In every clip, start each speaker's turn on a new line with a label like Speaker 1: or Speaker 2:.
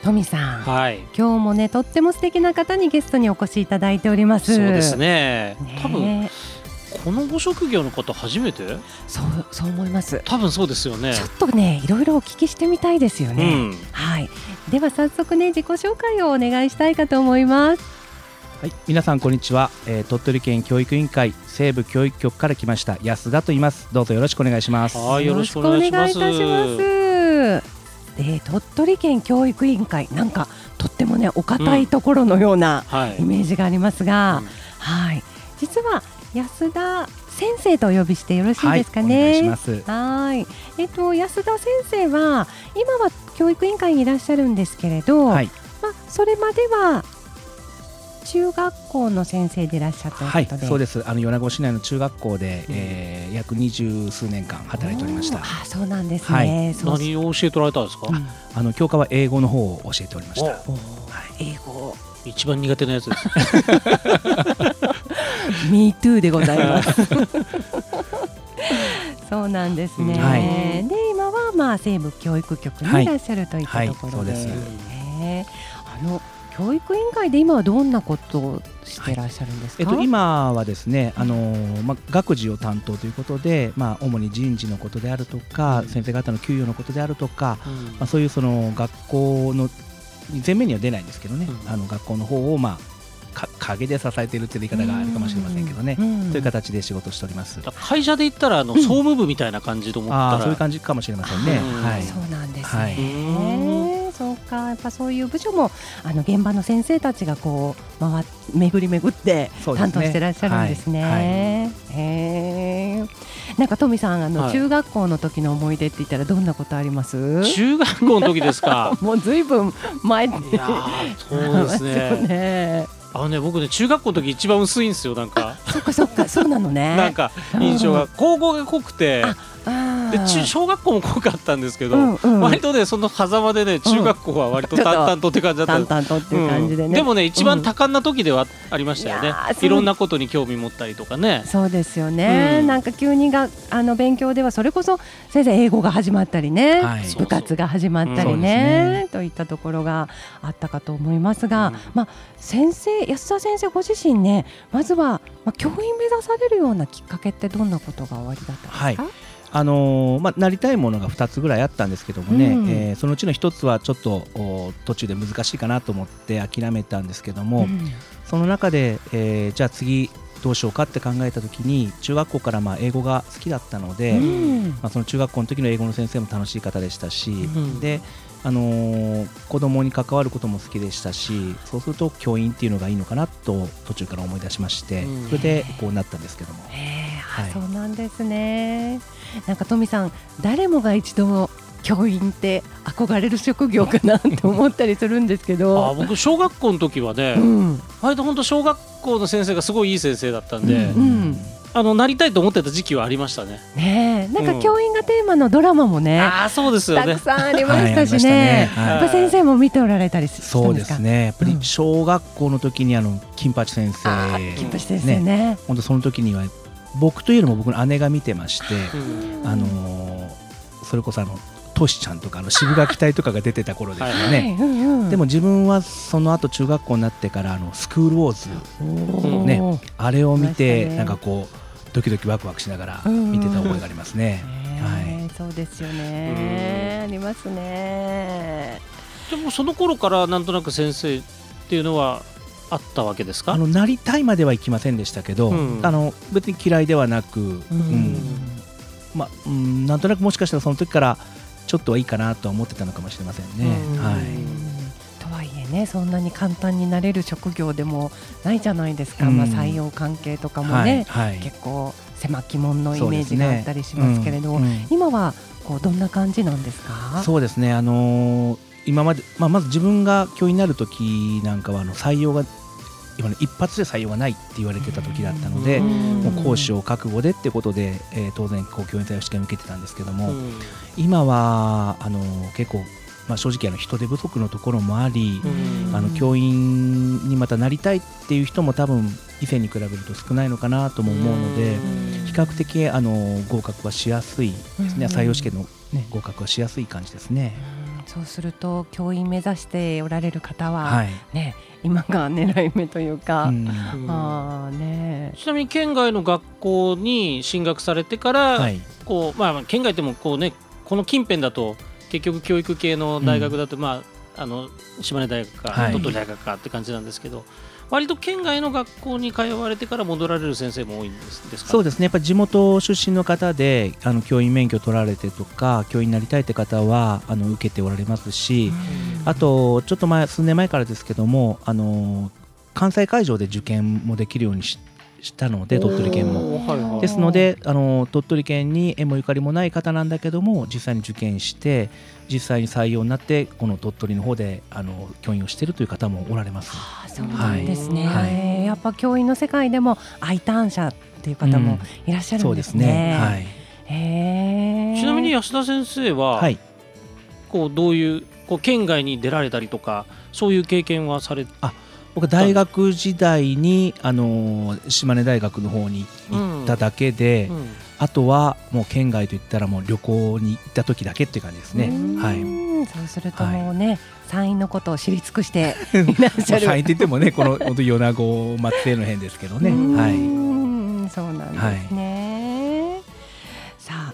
Speaker 1: トミさん、
Speaker 2: はい、
Speaker 1: 今日もねとっても素敵な方にゲストにお越しいただいております。
Speaker 2: そうですね。多分このご職業の方初めて？
Speaker 1: そう思います。
Speaker 2: 多分そうですよね。
Speaker 1: ちょっとねいろいろお聞きしてみたいですよね、はい。では早速ね自己紹介をお願いしたいかと思います。
Speaker 3: はい、皆さんこんにちは、鳥取県教育委員会西部教育局から来ました安田と言います。どうぞよろしくお願いします。
Speaker 2: はい、よろしくお願いします。
Speaker 1: よろしくお願いいたします。鳥取県教育委員会、なんかとってもねお堅いところのようなイメージがありますが、はい、実は安田先生とお呼びしてよろしいですかね。
Speaker 3: はい、お願いします。
Speaker 1: はい、安田先生は今は教育委員会にいらっしゃるんですけれど、はい、それまでは中学校の先生でいらっしゃったということで。
Speaker 3: はい、そうです。米子市内の中学校で、約20数年間働いておりました。
Speaker 1: そうなんですね。
Speaker 2: 何を教えておられたんですか？
Speaker 3: 教科は英語の方を教えておりました。
Speaker 1: 英語
Speaker 2: 一番苦手なやつです。
Speaker 1: Me too でございます。そうなんですね。はい、で今は西部教育局にいらっしゃるといったところで、教育委員会で今はどんなことをしていらっしゃるんですか？
Speaker 3: 今はですね、学事を担当ということで、主に人事のことであるとか、先生方の給与のことであるとか、そういうその学校の前面には出ないんですけどね、学校の方を陰で支えているという言い方があるかもしれませんけどね、という形で仕事をしております。
Speaker 2: 会社で言ったら総務部みたいな感じと思ったら、
Speaker 3: そういう感じかもしれませんね。
Speaker 1: そうなんですね。そうか、やっぱそういう部署も現場の先生たちがこう巡り巡って担当してらっしゃるんですね。なんかトミさん中学校の時の思い出って言ったらどんなことあります？
Speaker 2: 中学校の時ですか？
Speaker 1: もうずいぶん前で。
Speaker 2: いやそうですね。僕ね中学校の時一番薄いんですよ。なんか
Speaker 1: そっかそうなのね。
Speaker 2: なんか印象が高校が濃くて。で小学校も濃かったんですけど、割とねその狭間でね中学校は割と淡々とって感じだったんです。
Speaker 1: 淡々とっていう感じでね。
Speaker 2: でもね一番多感な時ではありましたよね。いろんなことに興味持ったりとかね。
Speaker 1: そうですよね。なんか急に勉強ではそれこそ先生英語が始まったりね、部活が始まったりねといったところがあったかと思いますが、安田先生ご自身ね、まずは教員目指されるようなきっかけってどんなことがおありだったんですか？
Speaker 3: なりたいものが2つぐらいあったんですけどもね、そのうちの1つはちょっと途中で難しいかなと思って諦めたんですけども、その中で、じゃあ次どうしようかって考えた時に中学校から英語が好きだったので、その中学校の時の英語の先生も楽しい方でしたし、で子供に関わることも好きでしたし、そうすると教員っていうのがいいのかなと途中から思い出しまして、それでこうなったんですけども。
Speaker 1: そうなんですね。なんかトミさん、誰もが一度教員って憧れる職業かなって思ったりするんですけど、
Speaker 2: 僕小学校の時はね、割と本当小学校の先生がすごいいい先生だったんで、なりたいと思ってた時期はありましたね。
Speaker 1: なんか教員がテーマのドラマもね、
Speaker 2: そうですよね、
Speaker 1: たくさんありましたしね。やっぱ先生も見ておられたりするんですか？
Speaker 3: そうですね。やっぱり小学校の時に金八先生、
Speaker 1: 金八先生ね、
Speaker 3: 本当その時には僕というよりも僕の姉が見てまして、それこそトシちゃんとか渋垣隊とかが出てた頃ですよね。でも自分はその後中学校になってからスクールウォーズ、ね、あれを見てなんかこうドキドキワクワクしながら見てた覚えがありますね。
Speaker 1: そうですよね、ありますね。
Speaker 2: でもその頃からなんとなく先生っていうのはあったわけですか？
Speaker 3: なりたいまではいきませんでしたけど、別に嫌いではなく、なんとなくもしかしたらその時からちょっとはいいかなとは思ってたのかもしれませんね。
Speaker 1: とはいえね、そんなに簡単になれる職業でもないじゃないですか。採用関係とかもね、結構狭き門のイメージがあったりしますけれど、今はどんな感じなんですか？
Speaker 3: そうですね、今まで、まず自分が教員になる時なんかは採用が一発で採用がないって言われてた時だったので、もう講師を覚悟でってことで、当然教員採用試験を受けてたんですけども、今は結構、正直人手不足のところもあり、教員にまたなりたいっていう人も多分以前に比べると少ないのかなとも思うので、比較的合格はしやすいですね。採用試験の、合格はしやすい感じですね。
Speaker 1: そうすると教員目指しておられる方は、ね、今が狙い目というか、ね、
Speaker 2: ちなみに県外の学校に進学されてから、こう県外でもこう、ね、この近辺だと結局教育系の大学だと、島根大学か鳥取大学かって感じなんですけど、割と県外の学校に通われてから戻られる先生も多いんですか？
Speaker 3: そうですね、やっぱり地元出身の方で教員免許取られてとか教員になりたいって方は受けておられますし、あとちょっと数年前からですけども関西会場で受験もできるようにしたので、鳥取県も、ですので鳥取県に縁もゆかりもない方なんだけども実際に受験して実際に採用になってこの鳥取の方で教員をしているという方もおられます。
Speaker 1: そうなんですね、やっぱ教員の世界でも I ターン者っていう方もいらっしゃるんですね。
Speaker 2: ちなみに安田先生は、こうどういう県外に出られたりとかそういう経験はされ
Speaker 3: 僕は大学時代に島根大学の方に行っただけで、あとはもう県外といったらもう旅行に行った時だけっていう感じですね。
Speaker 1: そうするともうね、山陰のことを知り尽くしていらっしゃる
Speaker 3: 山陰って言ってもねこの本当米子松江の辺ですけどね。
Speaker 1: そうなんですね。さあ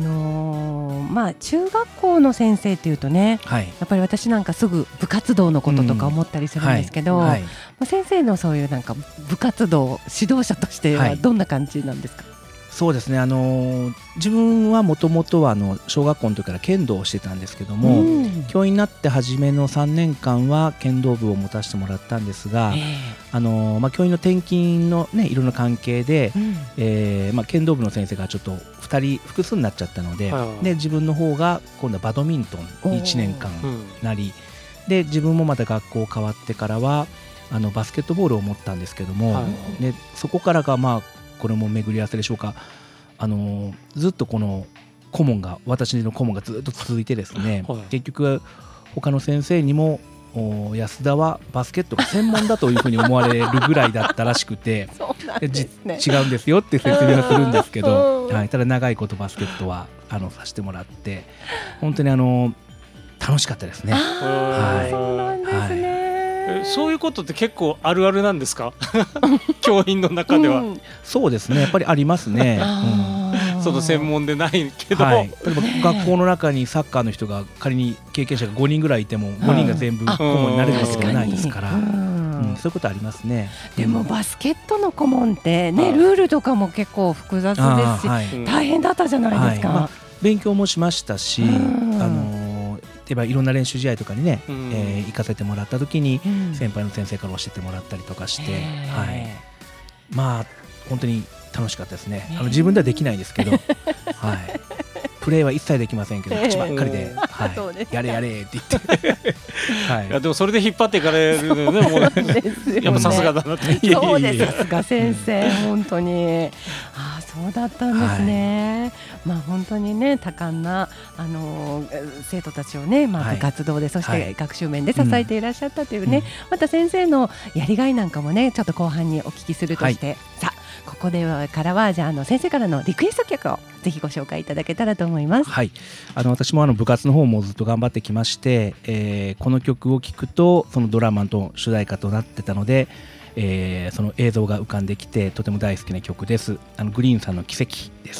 Speaker 1: 中学校の先生っていうとね、やっぱり私なんかすぐ部活動のこととか思ったりするんですけど、先生のそういうなんか部活動指導者としてはどんな感じなんですか？
Speaker 3: そうですね、自分はもともとは小学校の時から剣道をしてたんですけども、教員になって初めの3年間は剣道部を持たせてもらったんですが、教員の転勤の、いろんな関係で、剣道部の先生がちょっと2人複数になっちゃったので、で自分の方が今度はバドミントンに1年間なり、で自分もまた学校変わってからはバスケットボールを持ったんですけども、でそこからがこれも巡り合わせでしょうか、ずっとこの私の顧問がずっと続いてですね、結局他の先生にも安田はバスケットが専門だというふうに思われるぐらいだったらしくて違うんですよって説明はするんですけど、ただ長いことバスケットはさせてもらって本当に楽しかったですね。
Speaker 1: そうなんですね。
Speaker 2: そういうことって結構あるあるなんですか？教員の中では、
Speaker 3: そうですね、やっぱりありますね。
Speaker 2: その専門でないけど、
Speaker 3: 例えば学校の中にサッカーの人が仮に経験者が5人ぐらいいても5人が全部顧問になれるわけではないですから、そういうことありますね。
Speaker 1: でもバスケットの顧問ってね、ルールとかも結構複雑ですし、大変だったじゃないですか。
Speaker 3: 勉強もしましたし、例えばいろんな練習試合とかにね、行かせてもらった時に先輩の先生から教えてもらったりとかして、本当に楽しかったですね。自分ではできないんですけど、プレーは一切できませんけど口ばっかりで、やれやれって言って
Speaker 2: いやでもそれで引っ張っていかれるのね、もうやっぱさすがだなって。
Speaker 1: そうです、さすが先生、本当にそうだったんですね。本当にね、多感な生徒たちをね、部活動でそして学習面で支えていらっしゃったというね、また先生のやりがいなんかもね、ちょっと後半にお聞きするとして、さあここでからはじゃあ先生からのリクエスト曲をぜひご紹介いただけたらと思います。
Speaker 3: 私も部活の方もずっと頑張ってきまして、この曲を聴くとそのドラマの主題歌となってたので、その映像が浮かんできてとても大好きな曲です。グリーンさんの奇跡です。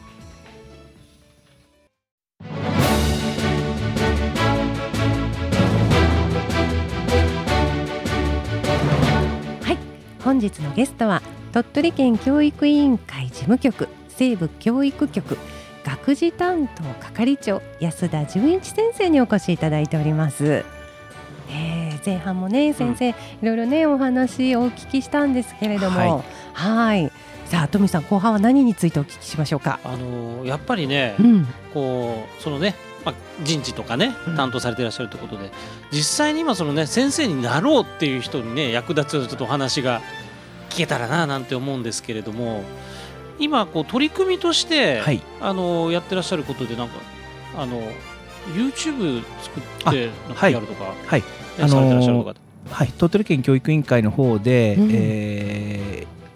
Speaker 1: 本日のゲストは鳥取県教育委員会事務局西部教育局学事担当係長安田純一先生にお越しいただいております。前半もね先生、いろいろねお話をお聞きしたんですけれども、さあ富さん、後半は何についてお聞きしましょうか？
Speaker 2: やっぱりね、そのね、人事とかね担当されていらっしゃるということで、実際に今そのね先生になろうっていう人にね役立つちょっとお話が聞けたらななんて思うんですけれども、今取り組みとして、やってらっしゃることでなんかYouTube 作ってやるとか、されてらっしゃるとか、
Speaker 3: 鳥取県教育委員会の方で、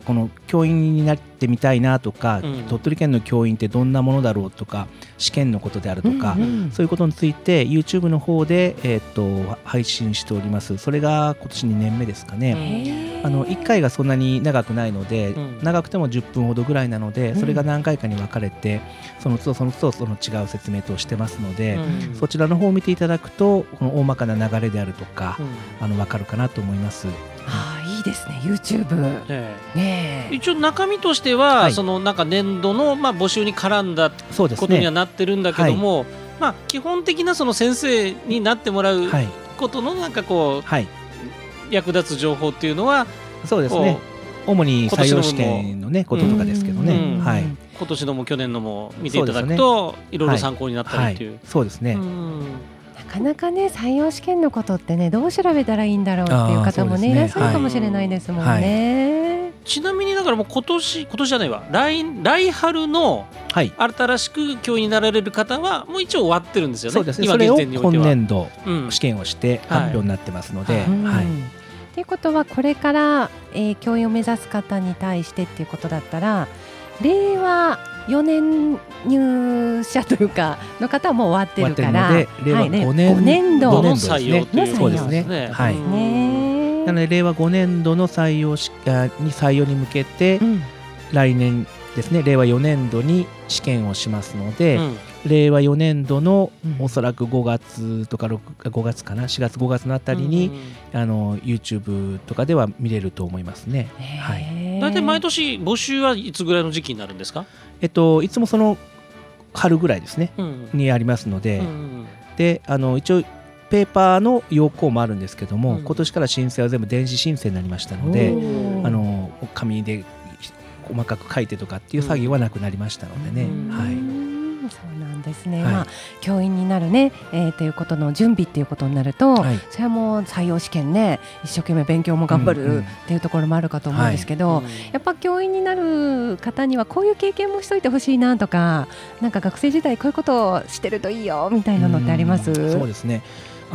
Speaker 3: この教員になってみたいなとか、鳥取県の教員ってどんなものだろうとか、試験のことであるとか、そういうことについて YouTube の方で、配信しております。それが今年2年目ですかね。1回がそんなに長くないので、長くても10分ほどぐらいなので、それが何回かに分かれてその都度その違う説明としてますので、そちらの方を見ていただくとこの大まかな流れであるとか、分かるかなと思います。
Speaker 1: いいですね YouTube、
Speaker 2: 一応中身としては、そのなんか年度の、募集に絡んだことにはなってるんだけども、基本的なその先生になってもらうことのなんかこう、役立つ情報っていうのは
Speaker 3: そうですね、主に採用試験のねこととかですけどね、
Speaker 2: 今年のも去年のも見ていただくといろいろ参考になったりっていう。
Speaker 3: そうですね。
Speaker 1: なかなかね採用試験のことってねどう調べたらいいんだろうっていう方もねいらっしゃるかもしれないですもんね。
Speaker 2: ちなみにだからもう今年じゃないわ来春の新しく教員になられる方はもう一応終わってるんですよね。
Speaker 3: そうですね。それを今年度試験をして発表になってますので。
Speaker 1: ということはこれから、教員を目指す方に対してっていうことだったら令和4年入社というかの方はもう終わってるから
Speaker 3: 令和5年度
Speaker 2: の採用という
Speaker 3: そうですね。なので令和5年度の採用に向けて、来年ですね令和4年度に試験をしますので、令和4年度のおそらく5月とか5月かな4月5月のあたりに、YouTube とかでは見れると思いますね。
Speaker 2: だいたい毎年募集はいつぐらいの時期になるんですか？
Speaker 3: いつもその春ぐらいですね、にありますので、で一応ペーパーの要項もあるんですけども、今年から申請は全部電子申請になりましたので、紙で細かく書いてとかっていう作業はなくなりましたのでね。
Speaker 1: そうなんですね。教員になるね、ということの準備っていうことになると、それはもう採用試験ね一生懸命勉強も頑張るっていうところもあるかと思うんですけど、やっぱ教員になる方にはこういう経験もしといてほしいなとか、なんか学生時代こういうことをしてるといいよみたいなのってあります？
Speaker 3: そうですね。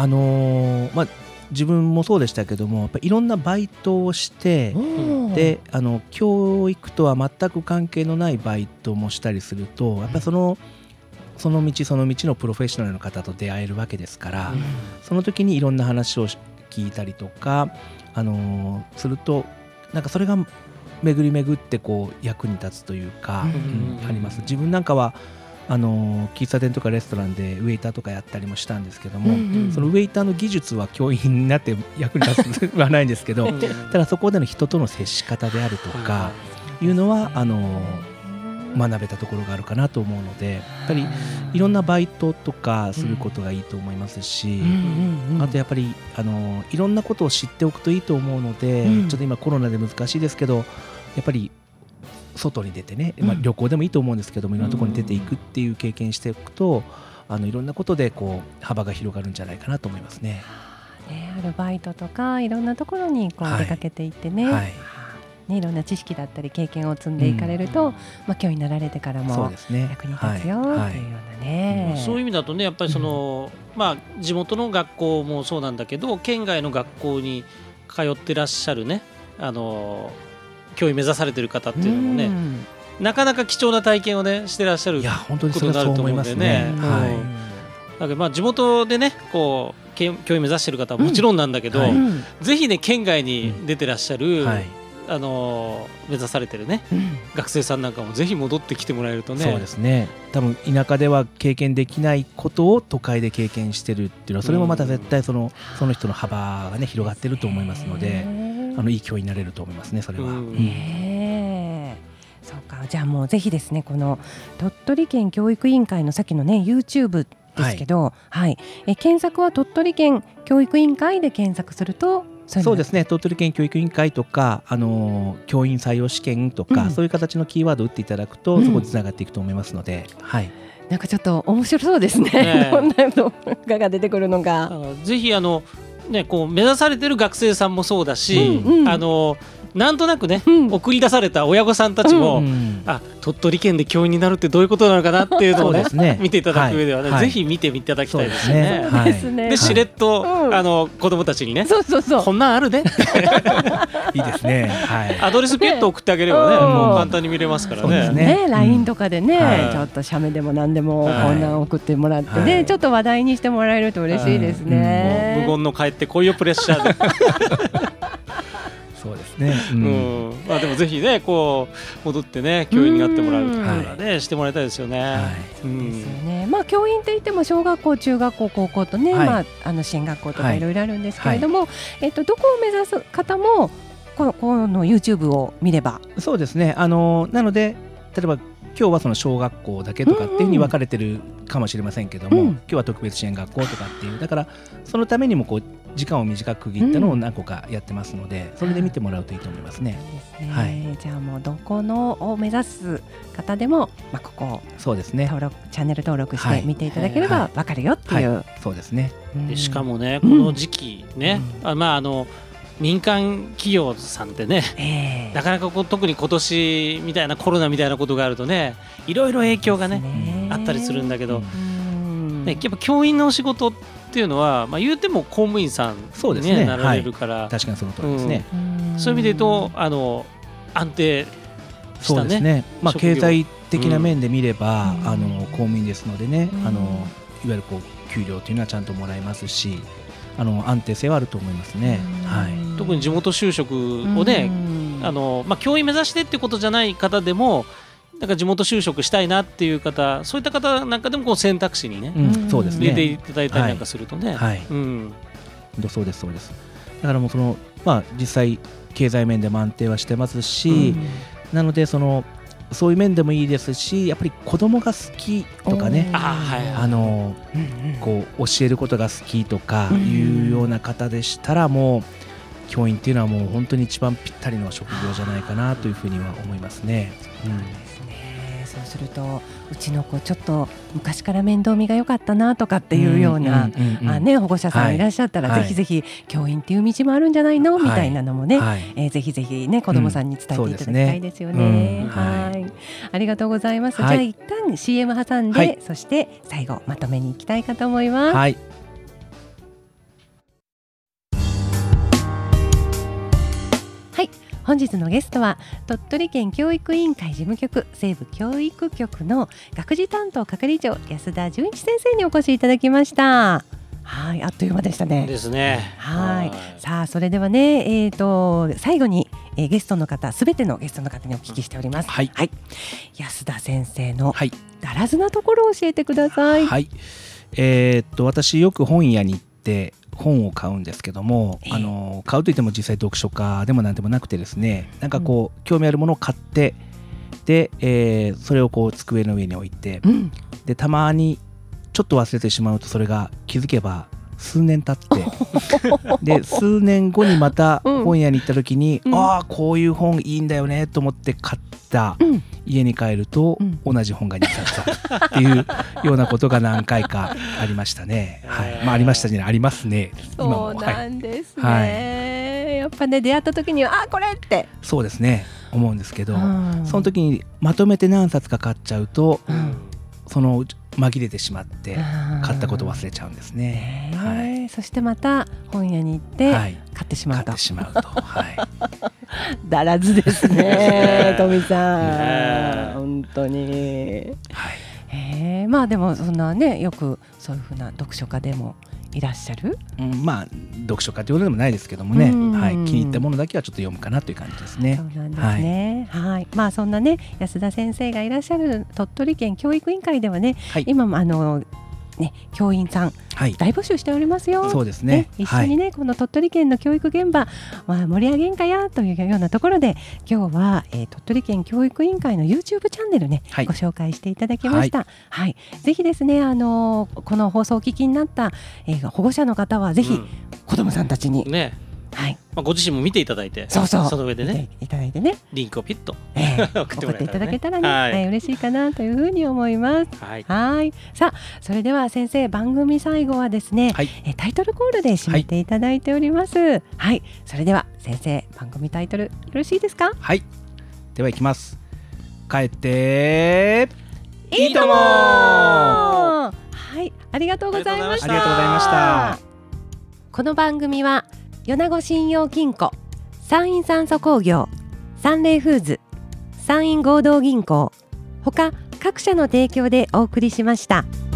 Speaker 3: 自分もそうでしたけども、やっぱいろんなバイトをして、で教育とは全く関係のないバイトもしたりすると、やっぱりその道のプロフェッショナルの方と出会えるわけですから、その時にいろんな話を聞いたりとかすると、なんかそれが巡り巡ってこう役に立つというか、あります。自分なんかは喫茶店とかレストランでウェイターとかやったりもしたんですけども、そのウェイターの技術は教員になって役に立つはないんですけどただそこでの人との接し方であるとかいうのは学べたところがあるかなと思うので、やっぱりいろんなバイトとかすることがいいと思いますし、あとやっぱりいろんなことを知っておくといいと思うので、ちょっと今コロナで難しいですけど、やっぱり外に出てね、旅行でもいいと思うんですけども、いろんなところに出ていくっていう経験しておくと、いろんなことでこう幅が広がるんじゃないかなと思いますね。
Speaker 1: アルバイトとかいろんなところにこう出かけていってね、いろんな知識だったり経験を積んでいかれると、教員になられてからも役に立つよっていうようなね。
Speaker 2: そういう意味だとね、やっぱり地元の学校もそうなんだけど、県外の学校に通ってらっしゃるね教員目指されてる方っていうのもね、なかなか貴重な体験をねしてらっしゃることになると思うんでね。だから地元でねこう教員目指してる方はもちろんなんだけど、ぜひね県外に出てらっしゃる、目指されてるね、学生さんなんかもぜひ戻ってきてもらえるとね。
Speaker 3: そうですね。多分田舎では経験できないことを都会で経験してるっていうのは、それもまた絶対その人の幅がね広がってると思いますので、いい教員になれると思いますね。それは。
Speaker 1: そうか。じゃあもうぜひですね、この鳥取県教育委員会のさっきのね YouTube ですけど、検索は鳥取県教育委員会で検索すると。
Speaker 3: そうですね。鳥取県教育委員会とか教員採用試験とか、そういう形のキーワードを打っていただくと、そこにつながっていくと思いますので、
Speaker 1: なんかちょっと面白そうですね。どんなのが出てくるのが。
Speaker 2: ぜひこう目指されてる学生さんもそうだし、 なんとなくね、送り出された親御さんたちも、鳥取県で教員になるってどういうことなのかなっていうのをね見ていただく上ではね、ぜひ見ていただきたいですね。でしれっと子供たちにね、こんなんあるね
Speaker 3: いいですね。
Speaker 2: アドレスピュッと送ってあげればね、もう簡単に見れますからね。
Speaker 1: LINE とかでね、ちょっと写メでも何でもこんなん送ってもらってね、ちょっと話題にしてもらえると嬉しいですね。
Speaker 2: 無言の帰ってこいよプレッシャーで
Speaker 3: そうですね。
Speaker 2: まあでもぜひね、こう戻ってね教員になってもらうとかね、してもらいたいですよね。
Speaker 1: そうですよね。まあ教員って言っても小学校、中学校、高校とね、まあ進学校とかいろいろあるんですけれども、どこを目指す方もこの YouTube を見れば。
Speaker 3: そうですね。なので例えば今日はその小学校だけとかっていうふうに分かれてるかもしれませんけども、今日は特別支援学校とかっていう、だからそのためにもこう時間を短く区切ったのを何個かやってますので、それで見てもらうといいと思いますね。
Speaker 1: じゃあもうどこのを目指す方でも、まあ、ここ
Speaker 3: そうですね、
Speaker 1: チャンネル登録して見ていただければ分かるよっていう、
Speaker 3: そうですね。
Speaker 2: でしかもね、この時期ね、まあ民間企業さんってね、なかなか特に今年みたいなコロナみたいなことがあるとね、いろいろ影響がねあったりするんだけど、やっぱ教員のお仕事っていうのは、まあ、言うても公務員さんになられるから、
Speaker 3: 確かにその通りですね。
Speaker 2: そういう意味で言うと安定したね、
Speaker 3: まあ、経済的な面で見れば、公務員ですのでね、いわゆるこう給料というのはちゃんともらえますし、安定性はあると思いますね。
Speaker 2: 特に地元就職をね、まあ、教員目指してっていうことじゃない方でも、なんか地元就職したいなっていう方、そういった方なんかでもこう選択肢にね、入れていただいたりなんかするとね、
Speaker 3: そうですそうです。だからもうまあ、実際経済面でも安定はしてますし、なのでそういう面でもいいですし、やっぱり子供が好きとかね、こう教えることが好きとかいうような方でしたら、もう教員っていうのはもう本当に一番ぴったりの職業じゃないかなというふうには思いますね。
Speaker 1: そうすると、うちの子ちょっと昔から面倒見が良かったなとかっていうような保護者さんいらっしゃったら、ぜひぜひ教員っていう道もあるんじゃないのみたいなのもね、ぜひぜひね子どもさんに伝えていただきたいですよね。ありがとうございます。じゃあ一旦 CM 挟んで、そして最後まとめに行きたいかと思います。本日のゲストは鳥取県教育委員会事務局西部教育局の学事担当係長安田純一先生にお越しいただきました。あっという間でしたね。
Speaker 2: ですね。
Speaker 1: さあそれではね、最後に、ゲストの方、すべてのゲストの方にお聞きしております。安田先生のだらずなところを教えてください。
Speaker 3: 私よく本屋に行って本を買うんですけども、買うといっても実際読書家でもなんでもなくてですね、なんかこう興味あるものを買って、で、それをこう机の上に置いて、でたまにちょっと忘れてしまうと、それが気づけば数年経ってで数年後にまた本屋に行った時に、こういう本いいんだよねと思って買った、家に帰ると同じ本が2冊あるっていうようなことが何回かありましたね。ありましたじゃない、ありますね。
Speaker 1: そうなんですね。やっぱね、出会った時にはこれって
Speaker 3: そうですね思うんですけど、その時にまとめて何冊か買っちゃうと、その紛れてしまって買ったことを忘れちゃうんですね。
Speaker 1: そしてまた本屋に行って買ってしまうと、だらずですね富さん、本当に。まあでもそんなね、よくそういうふうな読書家でもいらっしゃる、
Speaker 3: まあ読書家ということでもないですけどもね、気に入ったものだけはちょっと読むかなという感じですね。
Speaker 1: そうなんですね。まあそんなね安田先生がいらっしゃる鳥取県教育委員会ではね、今も教員さん、大募集しておりますよ。
Speaker 3: そうですね。
Speaker 1: 一緒にね、この鳥取県の教育現場、盛り上げんかやというようなところで、今日は、鳥取県教育委員会の YouTube チャンネルね、ご紹介していただきました。ぜひですね、この放送をお聞きになった、保護者の方はぜひ子どもさんたちにはい、
Speaker 2: ご自身も見ていただいて、
Speaker 1: そ
Speaker 2: の上でね
Speaker 1: いただいてね、
Speaker 2: リンクをピッと
Speaker 1: 送っていただけたらね、嬉しいかなというふうに思います。はい、さあそれでは先生、番組最後はですね、タイトルコールで締めていただいております。はい、それでは先生、番組タイトルよろしいですか？
Speaker 3: はい、ではいきます。帰っていいとも。
Speaker 1: はい、ありがとうございました。
Speaker 3: ありがとうございました。
Speaker 1: この番組は米子信用金庫、山陰酸素工業、サンレイフーズ、山陰合同銀行、他各社の提供でお送りしました。